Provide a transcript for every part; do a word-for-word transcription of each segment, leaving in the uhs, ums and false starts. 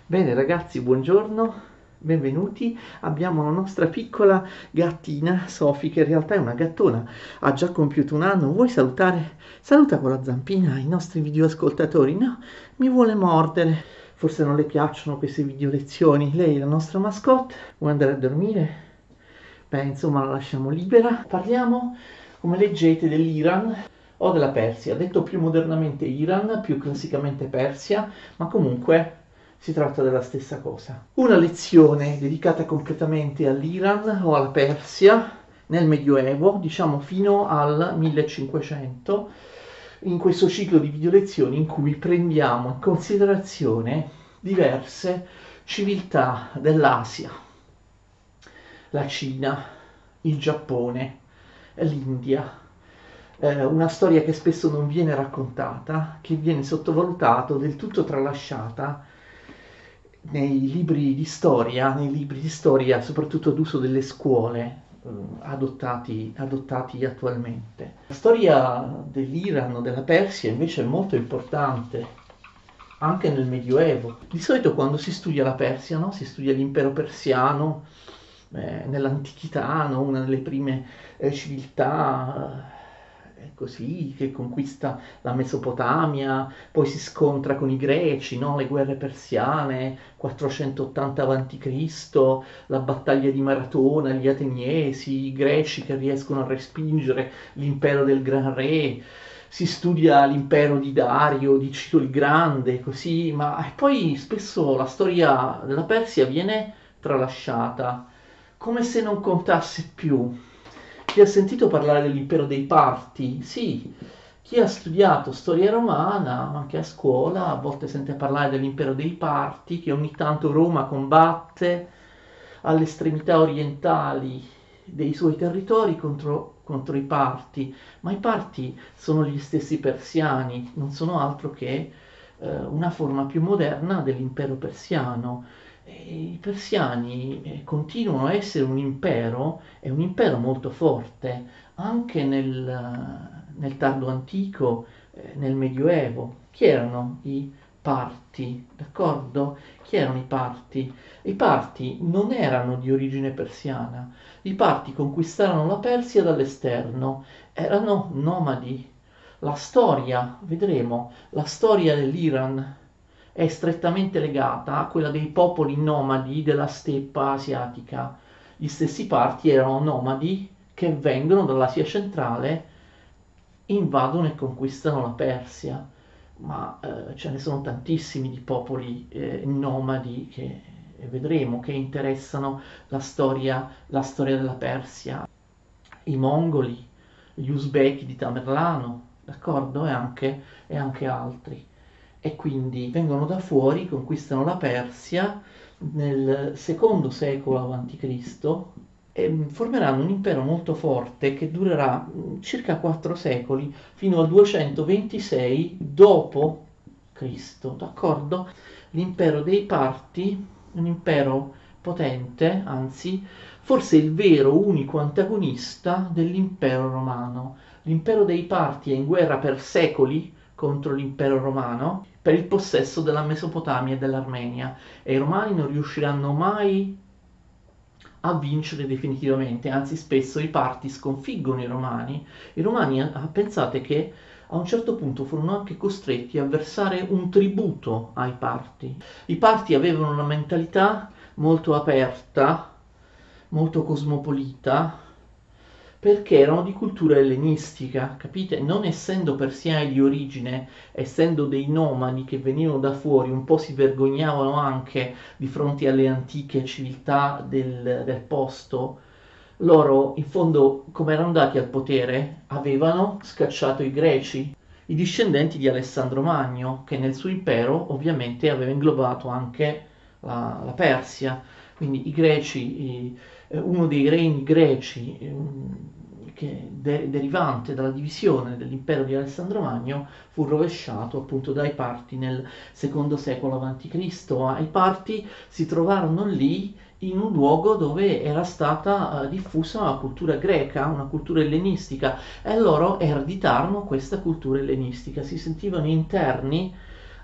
Bene ragazzi, buongiorno, benvenuti. Abbiamo la nostra piccola gattina, Sophie, che in realtà è una gattona, ha già compiuto un anno. Vuoi salutare? Saluta con la zampina i nostri videoascoltatori. No, mi vuole mordere. Forse non le piacciono queste video lezioni. Lei è la nostra mascotte. Vuoi andare a dormire? Beh, insomma, la lasciamo libera. Parliamo, come leggete, dell'Iran o della Persia. Detto più modernamente Iran, più classicamente Persia, ma comunque si tratta della stessa cosa. Una lezione dedicata completamente all'Iran o alla Persia nel Medioevo, diciamo fino al millecinquecento, in questo ciclo di video lezioni in cui prendiamo in considerazione diverse civiltà dell'Asia, la Cina, il Giappone, l'India. Eh, una storia che spesso non viene raccontata, che viene sottovalutata, del tutto tralasciata nei libri di storia, nei libri di storia soprattutto ad uso delle scuole eh, adottati, adottati attualmente. La storia dell'Iran o della Persia invece è molto importante anche nel Medioevo. Di solito quando si studia la Persia, no? Si studia l'impero persiano, eh, nell'antichità, no? Una delle prime eh, civiltà eh, così, che conquista la Mesopotamia, poi si scontra con i greci, no? Le guerre persiane, quattrocentottanta avanti Cristo, la battaglia di Maratona, gli ateniesi, i greci che riescono a respingere l'impero del Gran Re. Si studia l'impero di Dario, di Ciro il Grande, così, ma poi spesso la storia della Persia viene tralasciata, come se non contasse più. Chi ha sentito parlare dell'impero dei Parti? Sì, chi ha studiato storia romana, anche a scuola, a volte sente parlare dell'impero dei Parti, che ogni tanto Roma combatte alle estremità orientali dei suoi territori contro, contro i Parti, ma i Parti sono gli stessi persiani, non sono altro che eh, una forma più moderna dell'impero persiano. E I persiani eh, continuano a essere un impero, è un impero molto forte, anche nel, nel tardo antico, eh, nel Medioevo. Chi erano i Parti? D'accordo? Chi erano i Parti? I Parti non erano di origine persiana, i Parti conquistarono la Persia dall'esterno, erano nomadi. La storia, vedremo, la storia dell'Iran è strettamente legata a quella dei popoli nomadi della steppa asiatica. Gli stessi Parti erano nomadi che vengono dall'Asia centrale, invadono e conquistano la Persia, ma eh, ce ne sono tantissimi di popoli eh, nomadi che e vedremo che interessano la storia, la storia della Persia, i mongoli, gli uzbeki di Tamerlano, d'accordo? E anche, e anche altri. E quindi vengono da fuori, conquistano la Persia nel secondo secolo avanti Cristo e formeranno un impero molto forte che durerà circa quattro secoli fino al duecentoventisei dopo Cristo, d'accordo? L'impero dei Parti, un impero potente, anzi, forse il vero unico antagonista dell'impero romano. L'impero dei Parti è in guerra per secoli contro l'impero romano per il possesso della Mesopotamia e dell'Armenia e i romani non riusciranno mai a vincere definitivamente, anzi spesso i Parti sconfiggono i romani. I romani, pensate che a un certo punto furono anche costretti a versare un tributo ai Parti. I Parti avevano una mentalità molto aperta, molto cosmopolita, perché erano di cultura ellenistica, capite? Non essendo persiani di origine, essendo dei nomadi che venivano da fuori, un po' si vergognavano anche di fronte alle antiche civiltà del, del posto, loro in fondo, come erano andati al potere, avevano scacciato i greci, i discendenti di Alessandro Magno, che nel suo impero ovviamente aveva inglobato anche la, la Persia. Quindi i greci, i, uno dei regni greci che de- derivante dalla divisione dell'impero di Alessandro Magno fu rovesciato appunto dai Parti nel secondo secolo avanti Cristo. I Parti si trovarono lì in un luogo dove era stata uh, diffusa una cultura greca, una cultura ellenistica, e loro ereditarono questa cultura ellenistica, si sentivano interni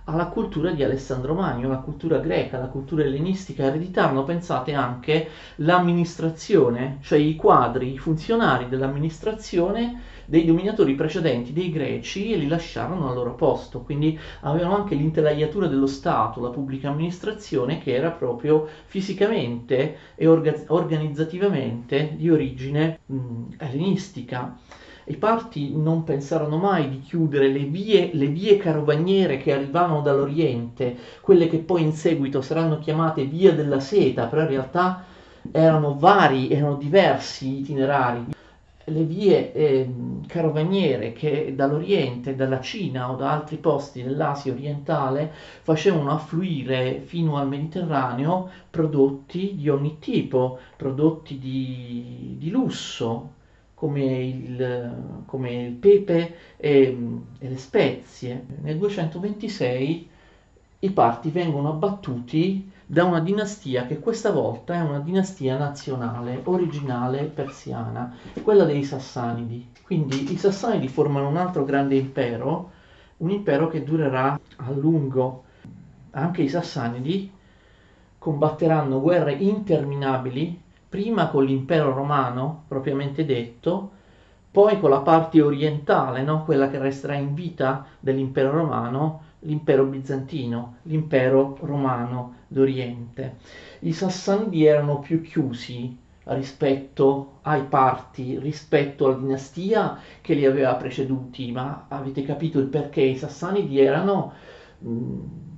alla cultura di Alessandro Magno, alla cultura greca, alla cultura ellenistica. Ereditarono, pensate, anche l'amministrazione, cioè i quadri, i funzionari dell'amministrazione dei dominatori precedenti, dei greci, e li lasciarono al loro posto. Quindi avevano anche l'intelaiatura dello Stato, la pubblica amministrazione, che era proprio fisicamente e orga- organizzativamente di origine mh, ellenistica. I parti non pensarono mai di chiudere le vie, le vie carovaniere che arrivavano dall'Oriente, quelle che poi in seguito saranno chiamate Via della Seta, però in realtà erano vari, erano diversi itinerari. Le vie eh, carovaniere che dall'Oriente, dalla Cina o da altri posti dell'Asia orientale facevano affluire fino al Mediterraneo prodotti di ogni tipo, prodotti di, di lusso, come il, come il pepe e, e le spezie. Nel duecentoventisei i parti vengono abbattuti da una dinastia che questa volta è una dinastia nazionale, originale persiana, quella dei Sassanidi. Quindi i Sassanidi formano un altro grande impero, un impero che durerà a lungo. Anche i Sassanidi combatteranno guerre interminabili, prima con l'impero romano, propriamente detto, poi con la parte orientale, no? Quella che resterà in vita dell'impero romano, l'impero bizantino, l'impero romano d'Oriente. I Sassanidi erano più chiusi rispetto ai parti, rispetto alla dinastia che li aveva preceduti, ma avete capito il perché? I Sassanidi erano, mh,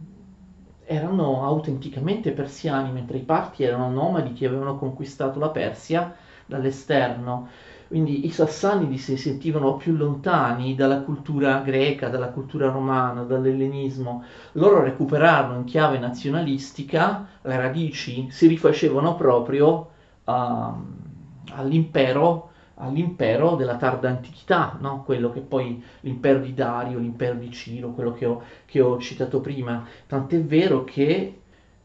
erano autenticamente persiani, mentre i parti erano nomadi che avevano conquistato la Persia dall'esterno. Quindi i Sassanidi si sentivano più lontani dalla cultura greca, dalla cultura romana, dall'ellenismo. Loro recuperarono in chiave nazionalistica le radici, si rifacevano proprio uh, all'impero, all'impero della tarda antichità, no? Quello che poi l'impero di Dario, l'impero di Ciro, quello che ho, che ho citato prima. Tant'è vero che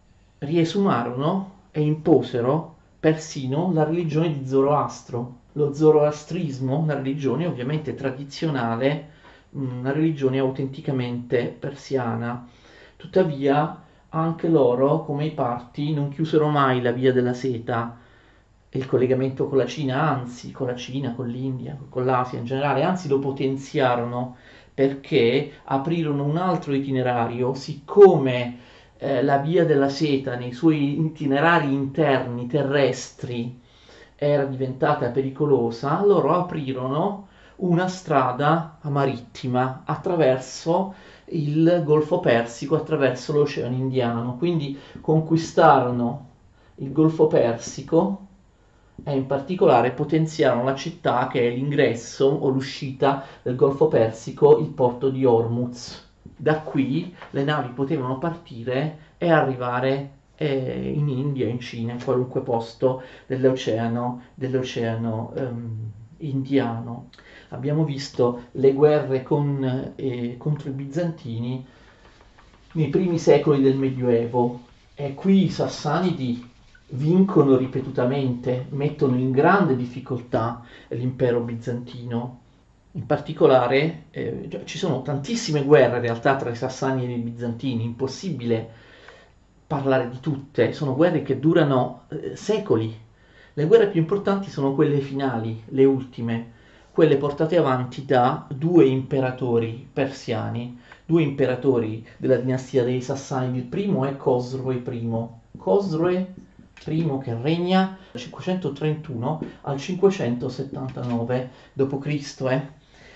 riesumarono e imposero persino la religione di Zoroastro. Lo zoroastrismo, una religione ovviamente tradizionale, una religione autenticamente persiana. Tuttavia, anche loro, come i parti, non chiusero mai la via della seta e il collegamento con la Cina, anzi, con la Cina, con l'India, con l'Asia in generale, anzi lo potenziarono perché aprirono un altro itinerario, siccome eh, la via della seta nei suoi itinerari interni terrestri era diventata pericolosa, loro aprirono una strada marittima attraverso il Golfo Persico, attraverso l'Oceano Indiano. Quindi conquistarono il Golfo Persico e in particolare potenziarono la città che è l'ingresso o l'uscita del Golfo Persico, il porto di Hormuz. Da qui le navi potevano partire e arrivare eh, in India, in Cina, in qualunque posto dell'oceano, dell'oceano ehm, indiano. Abbiamo visto le guerre con, eh, contro i bizantini nei primi secoli del Medioevo e qui i Sassanidi vincono ripetutamente, mettono in grande difficoltà l'impero bizantino. In particolare eh, ci sono tantissime guerre in realtà tra i Sassanidi e i Bizantini, impossibile parlare di tutte, sono guerre che durano eh, secoli. Le guerre più importanti sono quelle finali, le ultime, quelle portate avanti da due imperatori persiani, due imperatori della dinastia dei Sassanidi. Il primo è Cosroe I. Cosroe I che regna dal cinquecentotrentuno al cinquecentosettantanove dopo Cristo. Eh?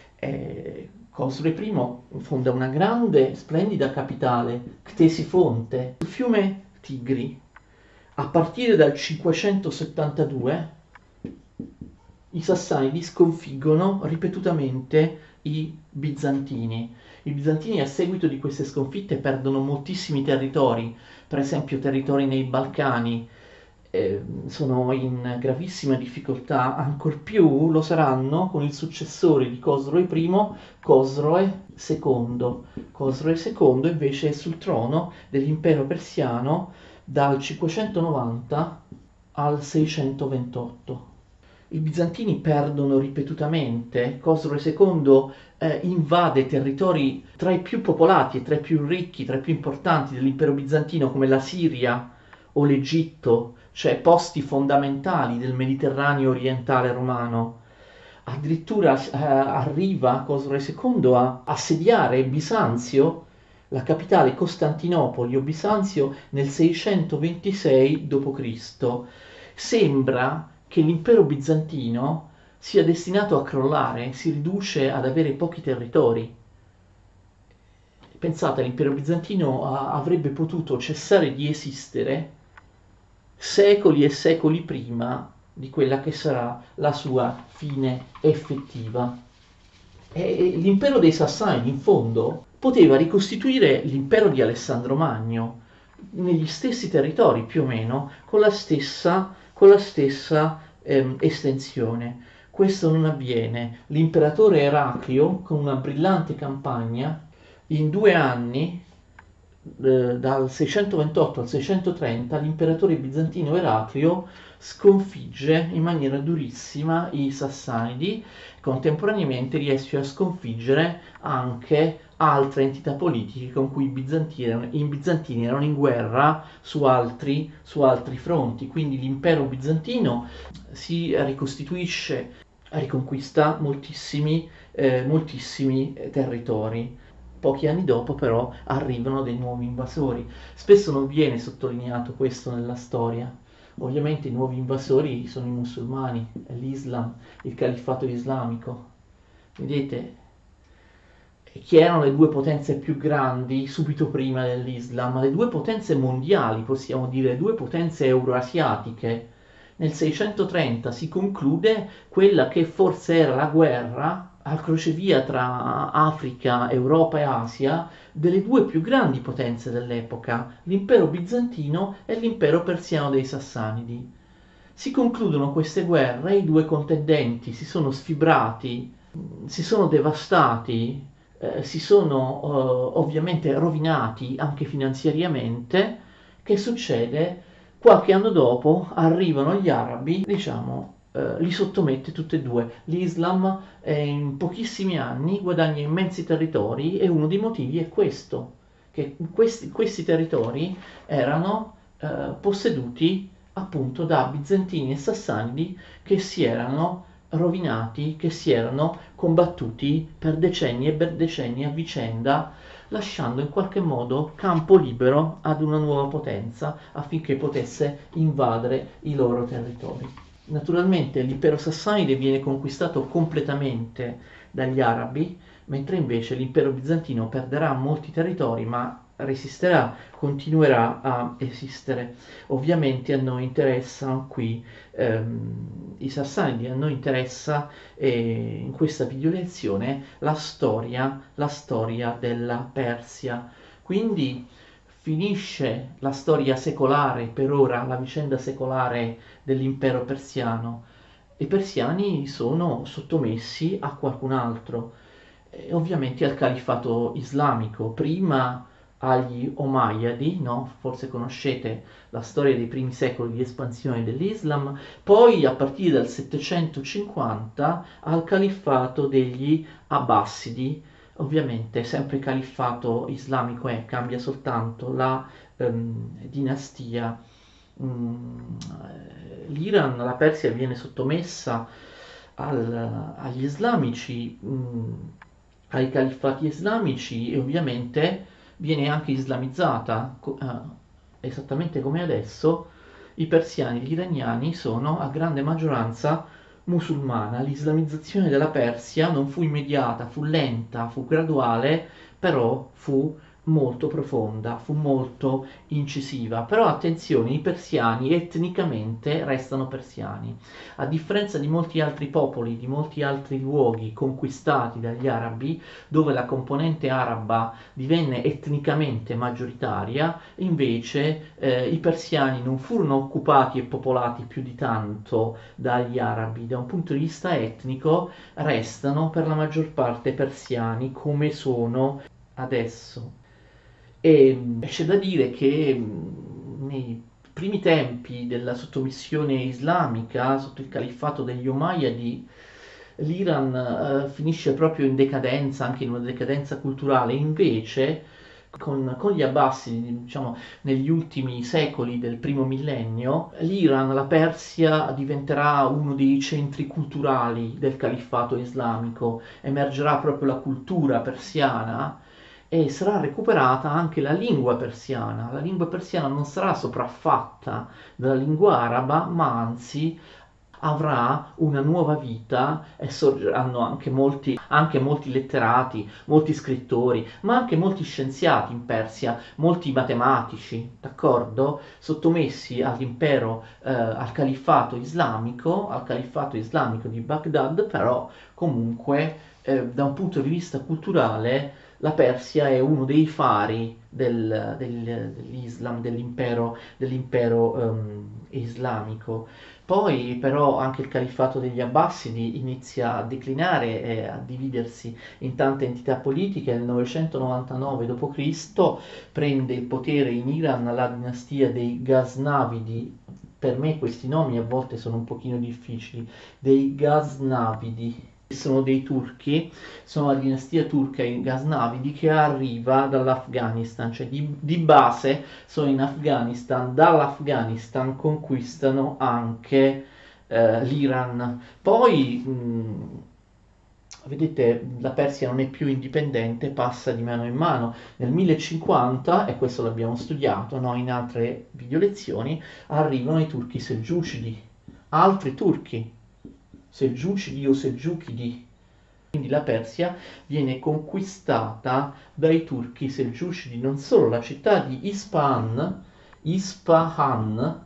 Eh, Cosroe I fonda una grande, splendida capitale, Ctesifonte, sul fiume Tigri. A partire dal cinquecentosettantadue i Sassanidi sconfiggono ripetutamente i Bizantini. I Bizantini a seguito di queste sconfitte perdono moltissimi territori, per esempio territori nei Balcani, eh, sono in gravissima difficoltà, ancor più lo saranno con il successore di Cosroe I, Cosroe secondo. Cosroe secondo invece è sul trono dell'impero persiano dal cinquecentonovanta al seicentoventotto. i bizantini perdono ripetutamente, Cosroe secondo eh, invade territori tra i più popolati e tra i più ricchi, tra i più importanti dell'impero bizantino come la Siria o l'Egitto, cioè posti fondamentali del Mediterraneo orientale romano. Addirittura eh, arriva Cosroe secondo a assediare Bisanzio, la capitale Costantinopoli o Bisanzio, nel seicentoventisei dopo Cristo. Sembra che l'impero bizantino sia destinato a crollare, si riduce ad avere pochi territori. Pensate, l'impero bizantino a- avrebbe potuto cessare di esistere secoli e secoli prima di quella che sarà la sua fine effettiva. E l'impero dei Sassanidi, in fondo, poteva ricostituire l'impero di Alessandro Magno negli stessi territori più o meno, con la stessa, con la stessa ehm, estensione. Questo non avviene. L'imperatore Eraclio, con una brillante campagna, in due anni, eh, dal seicentoventotto al seicentotrenta, l'imperatore bizantino Eraclio sconfigge in maniera durissima i Sassanidi, contemporaneamente riesce a sconfiggere anche altre entità politiche con cui i bizantini erano, i bizantini erano in guerra su altri, su altri fronti. Quindi l'impero bizantino si ricostituisce, riconquista moltissimi, eh, moltissimi territori. Pochi anni dopo però arrivano dei nuovi invasori. Spesso non viene sottolineato questo nella storia. Ovviamente i nuovi invasori sono i musulmani, l'Islam, il califfato islamico. Vedete, chi erano le due potenze più grandi subito prima dell'Islam? Le due potenze mondiali, possiamo dire, le due potenze euroasiatiche. Nel seicentotrenta si conclude quella che forse era la guerra al crocevia tra Africa, Europa e Asia delle due più grandi potenze dell'epoca, l'impero bizantino e l'impero persiano dei Sassanidi. Si concludono queste guerre, i due contendenti si sono sfibrati, si sono devastati, eh, si sono eh, ovviamente rovinati anche finanziariamente. Che succede? Qualche anno dopo arrivano gli arabi, diciamo, eh, li sottomette tutti e due. L'Islam eh, in pochissimi anni guadagna immensi territori e uno dei motivi è questo, che questi, questi territori erano eh, posseduti appunto da bizantini e sassanidi che si erano rovinati, che si erano combattuti per decenni e per decenni a vicenda, lasciando in qualche modo campo libero ad una nuova potenza affinché potesse invadere i loro territori. Naturalmente l'impero sassanide viene conquistato completamente dagli arabi, mentre invece l'impero bizantino perderà molti territori, ma resisterà, continuerà a esistere. Ovviamente a noi interessano qui ehm, i Sassanidi, a noi interessa eh, in questa video lezione la storia, la storia della Persia. Quindi finisce la storia secolare, per ora la vicenda secolare dell'impero persiano. I persiani sono sottomessi a qualcun altro, eh, ovviamente al califfato islamico, prima agli Omayyadi, no? Forse conoscete la storia dei primi secoli di espansione dell'Islam, poi a partire dal settecentocinquanta al califfato degli Abbasidi. Ovviamente sempre califfato islamico è, cambia soltanto la ehm, dinastia. Mm, L'Iran, la Persia viene sottomessa al- agli islamici, mm, ai califfati islamici, e ovviamente viene anche islamizzata, co- eh, esattamente come adesso. I persiani e gli iraniani sono a grande maggioranza musulmana. L'islamizzazione della Persia non fu immediata, fu lenta, fu graduale, però fu molto profonda, fu molto incisiva. Però attenzione, i persiani etnicamente restano persiani. A differenza di molti altri popoli, di molti altri luoghi conquistati dagli arabi, dove la componente araba divenne etnicamente maggioritaria, invece eh, i persiani non furono occupati e popolati più di tanto dagli arabi. Da un punto di vista etnico restano per la maggior parte persiani come sono adesso. E c'è da dire che nei primi tempi della sottomissione islamica, sotto il califfato degli Omayyadi, l'Iran eh, finisce proprio in decadenza, anche in una decadenza culturale, invece con, con gli Abbasidi, diciamo, negli ultimi secoli del primo millennio, l'Iran, la Persia, diventerà uno dei centri culturali del califfato islamico, emergerà proprio la cultura persiana e sarà recuperata anche la lingua persiana. La lingua persiana non sarà sopraffatta dalla lingua araba, ma anzi avrà una nuova vita e sorgeranno anche molti, anche molti letterati, molti scrittori, ma anche molti scienziati in Persia, molti matematici, d'accordo? Sottomessi all'impero, eh, al califfato islamico, al califfato islamico di Baghdad, però comunque eh, da un punto di vista culturale la Persia è uno dei fari del, del, dell'Islam, dell'impero, dell'impero um, islamico. Poi però anche il califfato degli Abbasidi inizia a declinare e a dividersi in tante entità politiche. Nel novecentonovantanove dopo Cristo prende il potere in Iran la dinastia dei Ghaznavidi. Per me questi nomi a volte sono un pochino difficili, dei Ghaznavidi. Sono dei turchi, sono la dinastia turca i Ghaznavidi che arriva dall'Afghanistan, cioè di, di base sono in Afghanistan, dall'Afghanistan conquistano anche eh, l'Iran. Poi, mh, vedete, la Persia non è più indipendente, passa di mano in mano. Nel millecinquanta, e questo l'abbiamo studiato, no, in altre video lezioni, arrivano i turchi selgiucidi, altri turchi. Selgiucidi o Selgiukidi. Quindi la Persia viene conquistata dai turchi selgiucidi, non solo la città di Ispahan, Ispahan,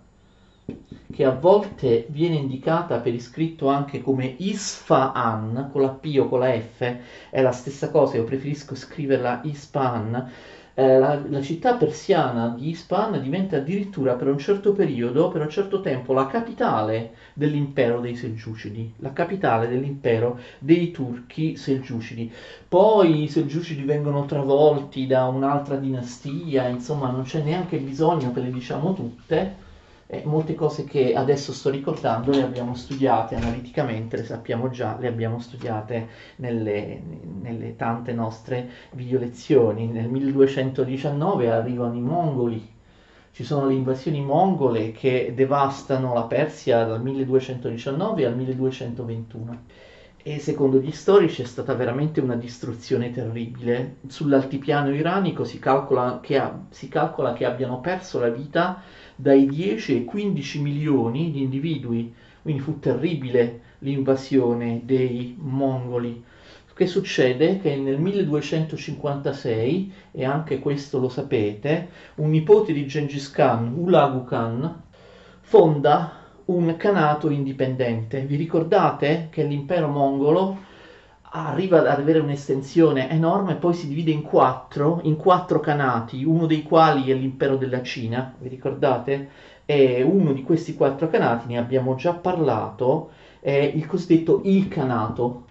che a volte viene indicata per iscritto anche come Isfahan, con la P o con la F, è la stessa cosa, io preferisco scriverla Ispahan. Eh, la, la città persiana di Ispahan diventa addirittura per un certo periodo, per un certo tempo, la capitale dell'impero dei Selgiucidi, la capitale dell'impero dei turchi Selgiucidi. Poi i Selgiucidi vengono travolti da un'altra dinastia, insomma non c'è neanche bisogno che le diciamo tutte. Eh, molte cose che adesso sto ricordando le abbiamo studiate analiticamente, le sappiamo già, le abbiamo studiate nelle, nelle tante nostre video lezioni. Nel milleduecentodiciannove arrivano i mongoli, ci sono le invasioni mongole che devastano la Persia dal milleduecentodiciannove al milleduecentoventuno. E secondo gli storici è stata veramente una distruzione terribile. Sull'altipiano iranico si calcola che, ha, si calcola che abbiano perso la vita dai dieci ai quindici milioni di individui, quindi fu terribile l'invasione dei mongoli. Che succede? Che nel milleduecentocinquantasei, e anche questo lo sapete, un nipote di Gengis Khan, Hulagu Khan, fonda un khanato indipendente. Vi ricordate che l'impero mongolo arriva ad avere un'estensione enorme e poi si divide in quattro, in quattro khanati, uno dei quali è l'impero della Cina, vi ricordate? E uno di questi quattro khanati, ne abbiamo già parlato, è il cosiddetto Ilkhanato.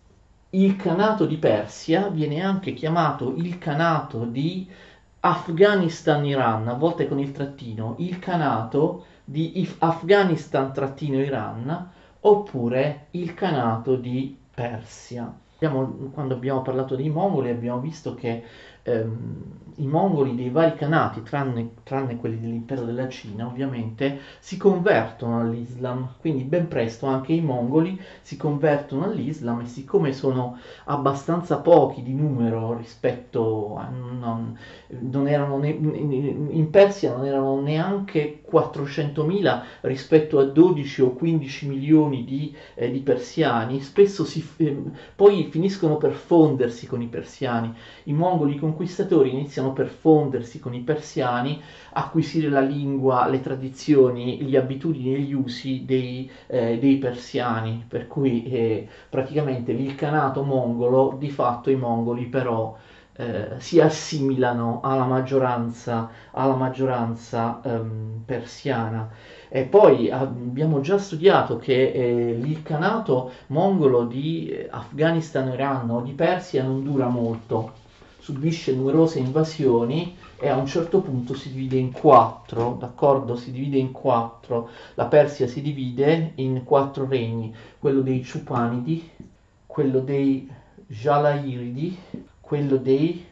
Il Khanato di Persia viene anche chiamato il Khanato di Afghanistan-Iran, a volte con il trattino, il Khanato di Afghanistan-Iran, oppure il Khanato di Persia. Abbiamo, quando abbiamo parlato dei mongoli abbiamo visto che ehm, i mongoli dei vari khanati, tranne, tranne quelli dell'impero della Cina ovviamente, si convertono all'Islam, quindi ben presto anche i mongoli si convertono all'Islam e siccome sono abbastanza pochi di numero rispetto a... Non, non erano ne, in Persia non erano neanche quattrocentomila rispetto a dodici o quindici milioni di, eh, di persiani, spesso si, eh, poi finiscono per fondersi con i persiani. I mongoli conquistatori iniziano per fondersi con i persiani, acquisire la lingua, le tradizioni, le abitudini e gli usi dei, eh, dei persiani, per cui eh, praticamente il khanato mongolo, di fatto i mongoli però eh, si assimilano alla maggioranza, alla maggioranza ehm, persiana. E poi abbiamo già studiato che eh, il khanato mongolo di Afghanistan, Iran o di Persia non dura molto, subisce numerose invasioni e a un certo punto si divide in quattro, d'accordo? Si divide in quattro. La Persia si divide in quattro regni, quello dei Ciupanidi, quello dei Jalairidi, quello dei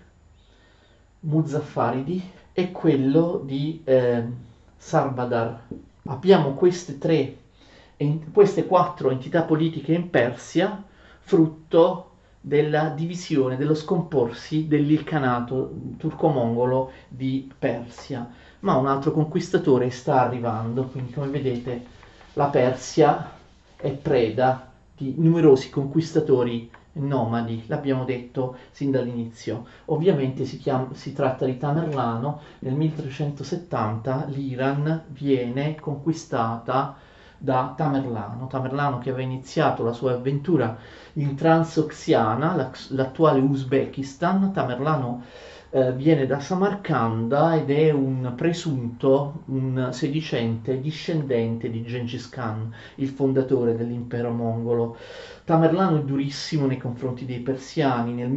Muzaffaridi e quello di eh, Sarbadar. Abbiamo queste tre, queste quattro entità politiche in Persia, frutto della divisione, dello scomporsi dell'ilkhanato turco-mongolo di Persia. Ma un altro conquistatore sta arrivando, quindi come vedete la Persia è preda di numerosi conquistatori nomadi, l'abbiamo detto sin dall'inizio. Ovviamente si, chiama, si tratta di Tamerlano. Nel milletrecentosettanta l'Iran viene conquistata da Tamerlano, Tamerlano che aveva iniziato la sua avventura in Transoxiana, l'attuale Uzbekistan. Tamerlano eh, viene da Samarcanda ed è un presunto, un sedicente discendente di Gengis Khan, il fondatore dell'impero mongolo. Tamerlano è durissimo nei confronti dei persiani. Nel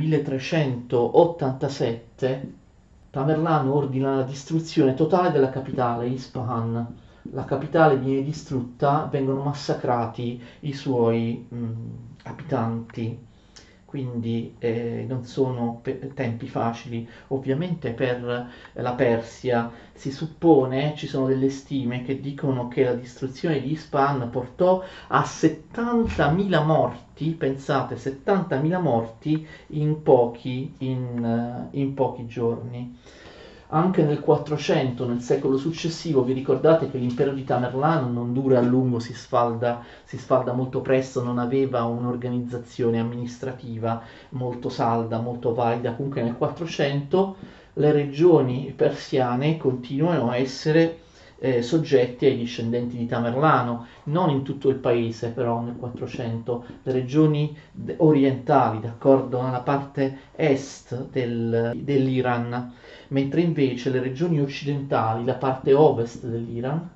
milletrecentottantasette Tamerlano ordina la distruzione totale della capitale, Isfahan. La capitale viene distrutta, vengono massacrati i suoi mh, abitanti, quindi eh, non sono pe- tempi facili. Ovviamente per la Persia si suppone, ci sono delle stime che dicono che la distruzione di Isfahan portò a settantamila morti, pensate, settantamila morti in pochi, in, uh, in pochi giorni. Anche nel quattrocento, nel secolo successivo, vi ricordate che l'impero di Tamerlano non dura a lungo, si sfalda, si sfalda molto presto, non aveva un'organizzazione amministrativa molto salda, molto valida. Comunque nel quattrocento le regioni persiane continuano a essere eh, soggetti ai discendenti di Tamerlano, non in tutto il paese però nel quattrocento, le regioni orientali, d'accordo, nella parte est del, dell'Iran, mentre invece le regioni occidentali, la parte ovest dell'Iran,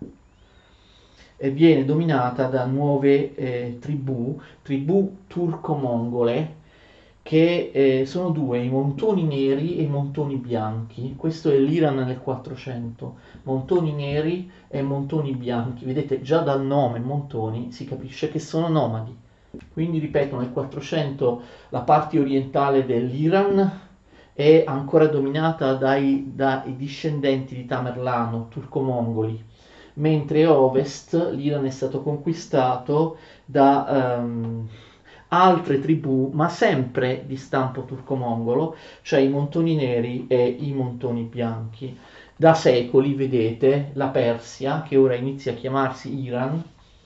eh, viene dominata da nuove eh, tribù, tribù turco-mongole, che eh, sono due, i montoni neri e i montoni bianchi. Questo è l'Iran nel quattrocento, montoni neri e montoni bianchi. Vedete, già dal nome montoni si capisce che sono nomadi. Quindi ripeto, nel quattrocento la parte orientale dell'Iran è ancora dominata dai, dai discendenti di Tamerlano, turco-mongoli, mentre a ovest l'Iran è stato conquistato da um, altre tribù, ma sempre di stampo turco-mongolo, cioè i montoni neri e i montoni bianchi. Da secoli, vedete, la Persia, che ora inizia a chiamarsi Iran,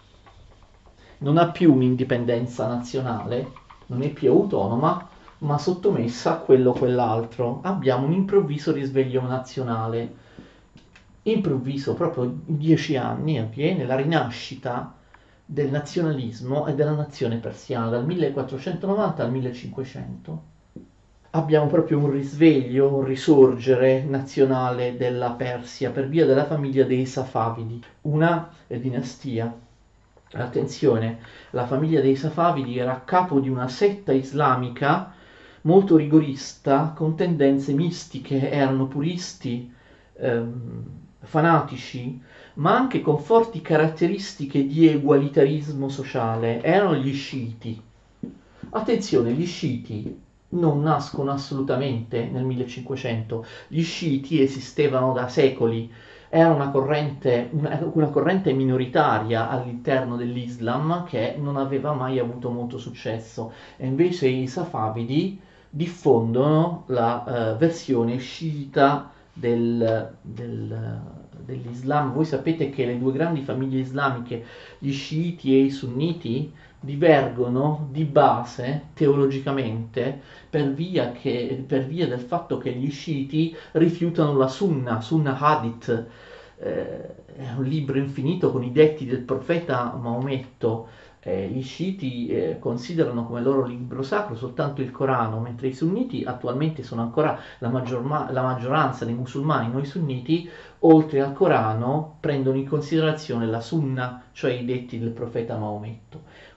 non ha più un'indipendenza nazionale, non è più autonoma, ma sottomessa a quello o quell'altro. Abbiamo un improvviso risveglio nazionale. Improvviso, proprio in dieci anni avviene la rinascita del nazionalismo e della nazione persiana, dal millequattrocentonovanta al millecinquecento. Abbiamo proprio un risveglio, un risorgere nazionale della Persia per via della famiglia dei Safavidi, una dinastia. Attenzione, la famiglia dei Safavidi era a capo di una setta islamica molto rigorista, con tendenze mistiche, erano puristi, ehm, fanatici, ma anche con forti caratteristiche di egualitarismo sociale. Erano gli sciiti. Attenzione, gli sciiti non nascono assolutamente nel millecinquecento, gli sciiti esistevano da secoli, era una corrente, una, una corrente minoritaria all'interno dell'Islam che non aveva mai avuto molto successo, e invece i Safavidi diffondono la uh, versione sciita del, del, dell'Islam. Voi sapete che le due grandi famiglie islamiche, gli sciiti e i sunniti, divergono di base teologicamente per via, che, per via del fatto che gli sciiti rifiutano la Sunna, Sunna Hadith, eh, è un libro infinito con i detti del profeta Maometto. Eh, gli sciiti eh, considerano come loro libro sacro soltanto il Corano, mentre i sunniti attualmente sono ancora la, maggior ma- la maggioranza dei musulmani. Noi sunniti, oltre al Corano, prendono in considerazione la Sunna, cioè i detti del profeta Maometto.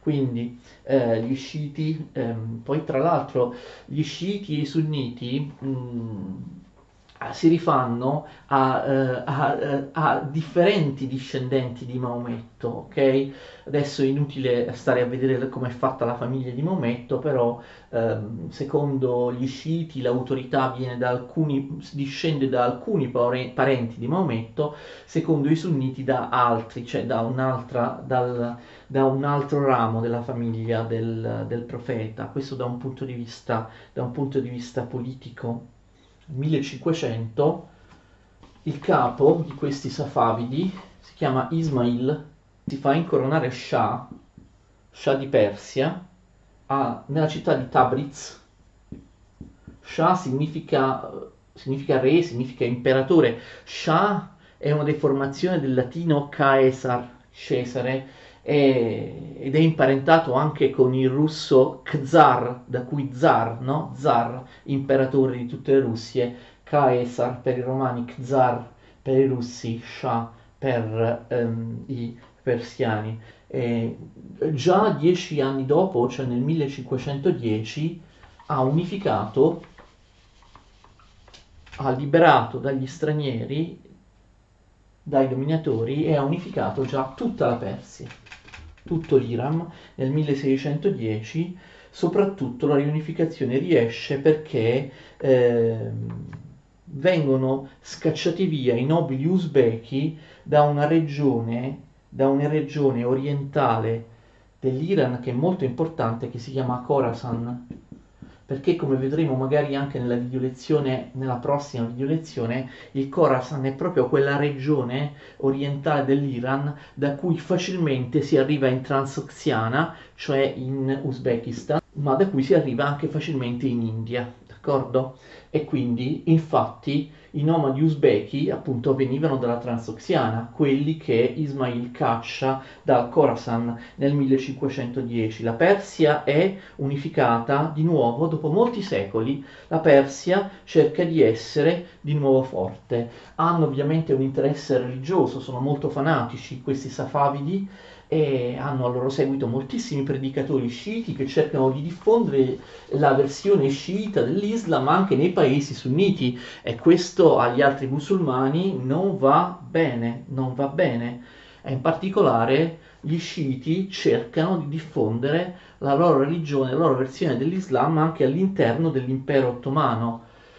Quindi eh, gli sciiti, ehm, poi tra l'altro gli sciiti e i sunniti mh, si rifanno a, eh, a, eh, a differenti discendenti di Maometto, ok? Adesso è inutile stare a vedere come è fatta la famiglia di Maometto, però ehm, secondo gli sciiti l'autorità viene da alcuni, discende da alcuni pare- parenti di Maometto, secondo i sunniti da altri, cioè da un'altra, dal, da un altro ramo della famiglia del, del profeta. Questo da un punto di vista, da un punto di vista politico. Nel millecinquecento il capo di questi safavidi si chiama Ismail, si fa incoronare Shah, Shah di Persia, a- nella città di Tabriz. Shah significa, significa re, significa imperatore. Shah è una deformazione del latino Caesar, Cesare, e- ed è imparentato anche con il russo Czar, da cui zar, no? Zar, imperatore di tutte le Russie, Caesar per i romani, Czar per i russi, Shah per ehm, i persiani. E già dieci anni dopo, cioè nel millecinquecentodieci, ha unificato, ha liberato dagli stranieri, dai dominatori e ha unificato già tutta la Persia, tutto l'Iran nel milleseicentodieci. Soprattutto la riunificazione riesce perché ehm, vengono scacciati via i nobili uzbeki da una regione, da una regione orientale dell'Iran che è molto importante, che si chiama Khorasan, perché come vedremo magari anche nella video lezione, nella prossima video lezione, il Khorasan è proprio quella regione orientale dell'Iran da cui facilmente si arriva in Transoxiana, cioè in Uzbekistan, ma da cui si arriva anche facilmente in India, d'accordo? E quindi, infatti, i nomadi uzbeki appunto venivano dalla Transoxiana, quelli che Ismail caccia dal Khorasan nel millecinquecentodieci. La Persia è unificata di nuovo dopo molti secoli. La Persia cerca di essere di nuovo forte. Hanno ovviamente un interesse religioso, sono molto fanatici questi safavidi e hanno a loro seguito moltissimi predicatori sciiti che cercano di diffondere la versione sciita dell'Islam anche nei paesi sunniti, e questo agli altri musulmani non va bene, non va bene. E in particolare gli sciiti cercano di diffondere la loro religione, la loro versione dell'Islam anche all'interno dell'impero ottomano.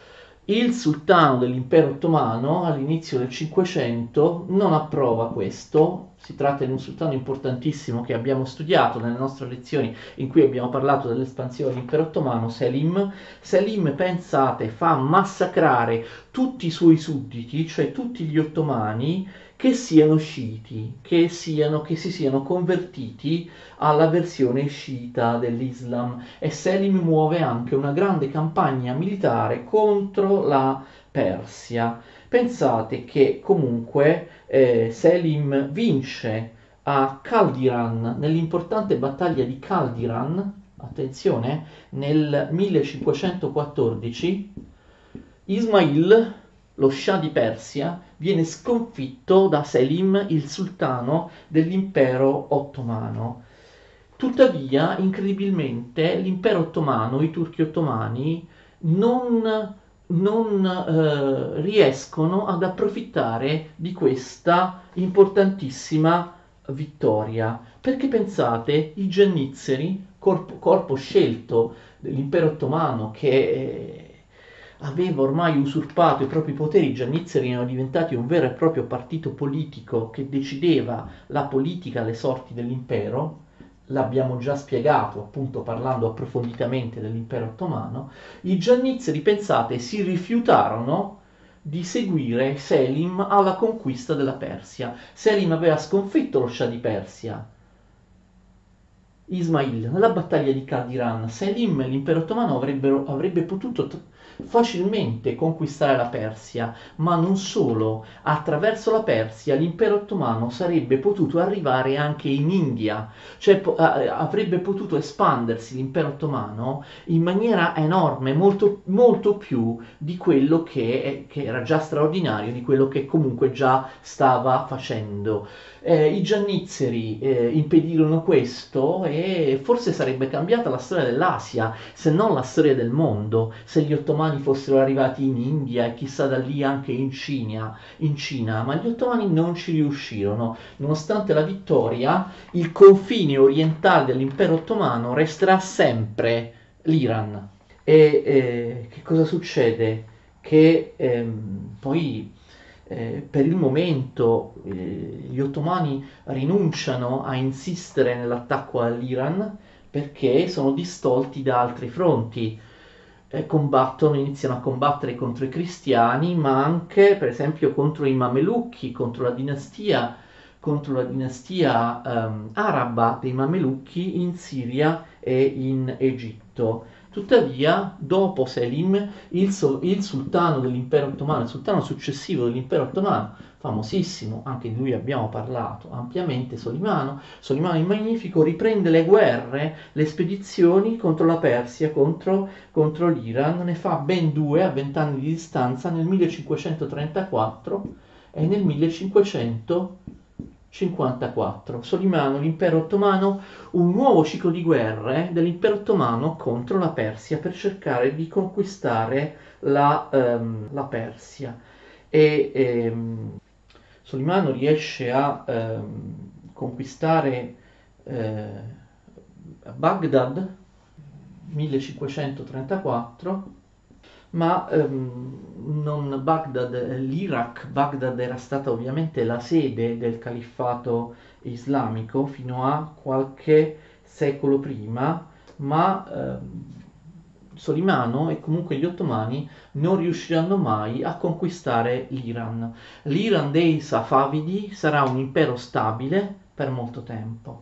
Il sultano dell'impero ottomano all'inizio del Cinquecento non approva questo. Si tratta di un sultano importantissimo che abbiamo studiato nelle nostre lezioni in cui abbiamo parlato dell'espansione dell'impero ottomano, Selim. Selim, pensate, fa massacrare tutti i suoi sudditi, cioè tutti gli ottomani, che siano sciiti, che, siano, che si siano convertiti alla versione sciita dell'Islam, e Selim muove anche una grande campagna militare contro la Persia. Pensate che comunque eh, Selim vince a Caldiran, nell'importante battaglia di Caldiran, attenzione, nel millecinquecentoquattordici. Ismail, lo scià di Persia, viene sconfitto da Selim, il sultano dell'impero ottomano. Tuttavia, incredibilmente, l'impero ottomano, i turchi ottomani, non, non eh, riescono ad approfittare di questa importantissima vittoria. Perché pensate, i giannizzeri, corpo, corpo scelto dell'impero ottomano che eh, aveva ormai usurpato i propri poteri, i giannizzeri erano diventati un vero e proprio partito politico che decideva la politica, le sorti dell'impero. L'abbiamo già spiegato appunto parlando approfonditamente dell'impero ottomano. I giannizzeri, pensate, si rifiutarono di seguire Selim alla conquista della Persia. Selim aveva sconfitto lo scià di Persia, Ismail, nella battaglia di Caldiran. Selim e l'impero ottomano avrebbero, avrebbe potuto t- facilmente conquistare la Persia, ma non solo, attraverso la Persia l'impero ottomano sarebbe potuto arrivare anche in India, cioè po- a- avrebbe potuto espandersi l'impero ottomano in maniera enorme, molto, molto più di quello che, è- che era già straordinario, di quello che comunque già stava facendo. Eh, I giannizzeri eh, impedirono questo e forse sarebbe cambiata la storia dell'Asia, se non la storia del mondo, se gli ottomani fossero arrivati in India e chissà da lì anche in Cina, in Cina, ma gli ottomani non ci riuscirono. Nonostante la vittoria, il confine orientale dell'impero ottomano resterà sempre l'Iran. E eh, che cosa succede? Che ehm, poi eh, per il momento eh, gli ottomani rinunciano a insistere nell'attacco all'Iran perché sono distolti da altri fronti. Eh, combattono, iniziano a combattere contro i cristiani, ma anche per esempio contro i Mamelucchi, contro la dinastia, contro la dinastia ehm, araba dei Mamelucchi in Siria e in Egitto. Tuttavia, dopo Selim, il, so- il sultano dell'impero ottomano, il sultano successivo dell'impero ottomano, famosissimo, anche di lui abbiamo parlato ampiamente, Solimano, Solimano il Magnifico, riprende le guerre, le spedizioni contro la Persia, contro, contro l'Iran, ne fa ben due a vent'anni di distanza nel millecinquecentotrentaquattro e nel millecinquecentocinquantaquattro. Solimano, l'impero ottomano, un nuovo ciclo di guerre dell'impero ottomano contro la Persia per cercare di conquistare la, ehm, la Persia. E ehm, Solimano riesce a ehm, conquistare eh, Baghdad millecinquecentotrentaquattro, ma ehm, non Baghdad, eh, l'Iraq. Baghdad era stata ovviamente la sede del califfato islamico fino a qualche secolo prima, ma ehm, Solimano e comunque gli ottomani non riusciranno mai a conquistare l'Iran. L'Iran dei Safavidi sarà un impero stabile per molto tempo.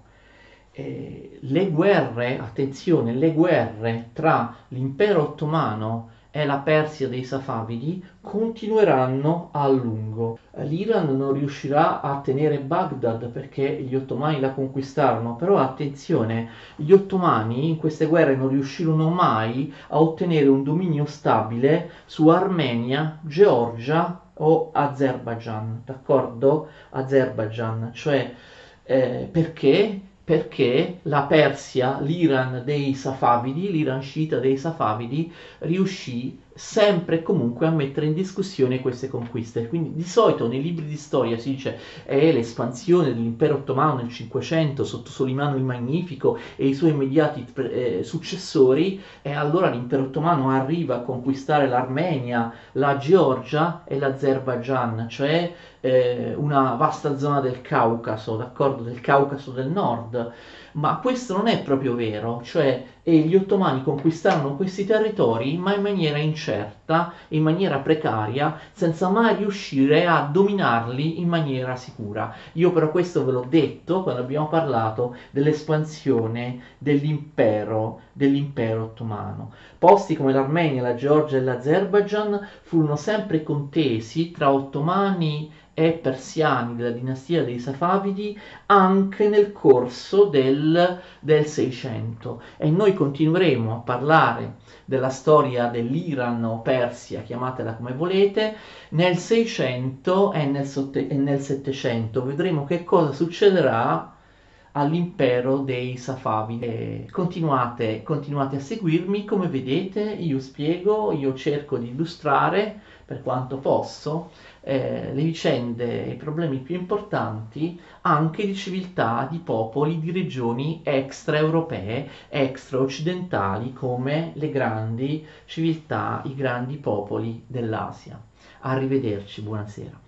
Eh, le guerre, attenzione, le guerre tra l'impero ottomano e la Persia dei Safavidi continueranno a lungo. L'Iran non riuscirà a tenere Baghdad perché gli ottomani la conquistarono, però attenzione, gli ottomani in queste guerre non riuscirono mai a ottenere un dominio stabile su Armenia, Georgia o Azerbaijan, d'accordo? Azerbaijan, cioè eh, perché? Perché la Persia, l'Iran dei Safavidi, l'Iran sciita dei Safavidi, riuscì sempre e comunque a mettere in discussione queste conquiste. Quindi di solito nei libri di storia si dice è l'espansione dell'impero ottomano nel cinquecento sotto Solimano il Magnifico e i suoi immediati eh, successori, e allora l'impero ottomano arriva a conquistare l'Armenia, la Georgia e l'Azerbaijan, cioè eh, una vasta zona del Caucaso, d'accordo? Del Caucaso del Nord. Ma questo non è proprio vero, cioè e gli ottomani conquistarono questi territori ma in maniera incerta, in maniera precaria, senza mai riuscire a dominarli in maniera sicura. Io però questo ve l'ho detto quando abbiamo parlato dell'espansione dell'impero, dell'impero ottomano. Posti come l'Armenia, la Georgia e l'Azerbaijan furono sempre contesi tra ottomani e persiani della dinastia dei Safavidi anche nel corso del, del seicento, e noi continueremo a parlare della storia dell'Iran o Persia, chiamatela come volete, nel seicento e nel, sotte- e nel settecento. Vedremo che cosa succederà all'impero dei Safavidi. E continuate, continuate a seguirmi, come vedete io spiego, io cerco di illustrare per quanto posso eh, le vicende e i problemi più importanti anche di civiltà, di popoli, di regioni extraeuropee, extraoccidentali come le grandi civiltà, i grandi popoli dell'Asia. Arrivederci, buonasera.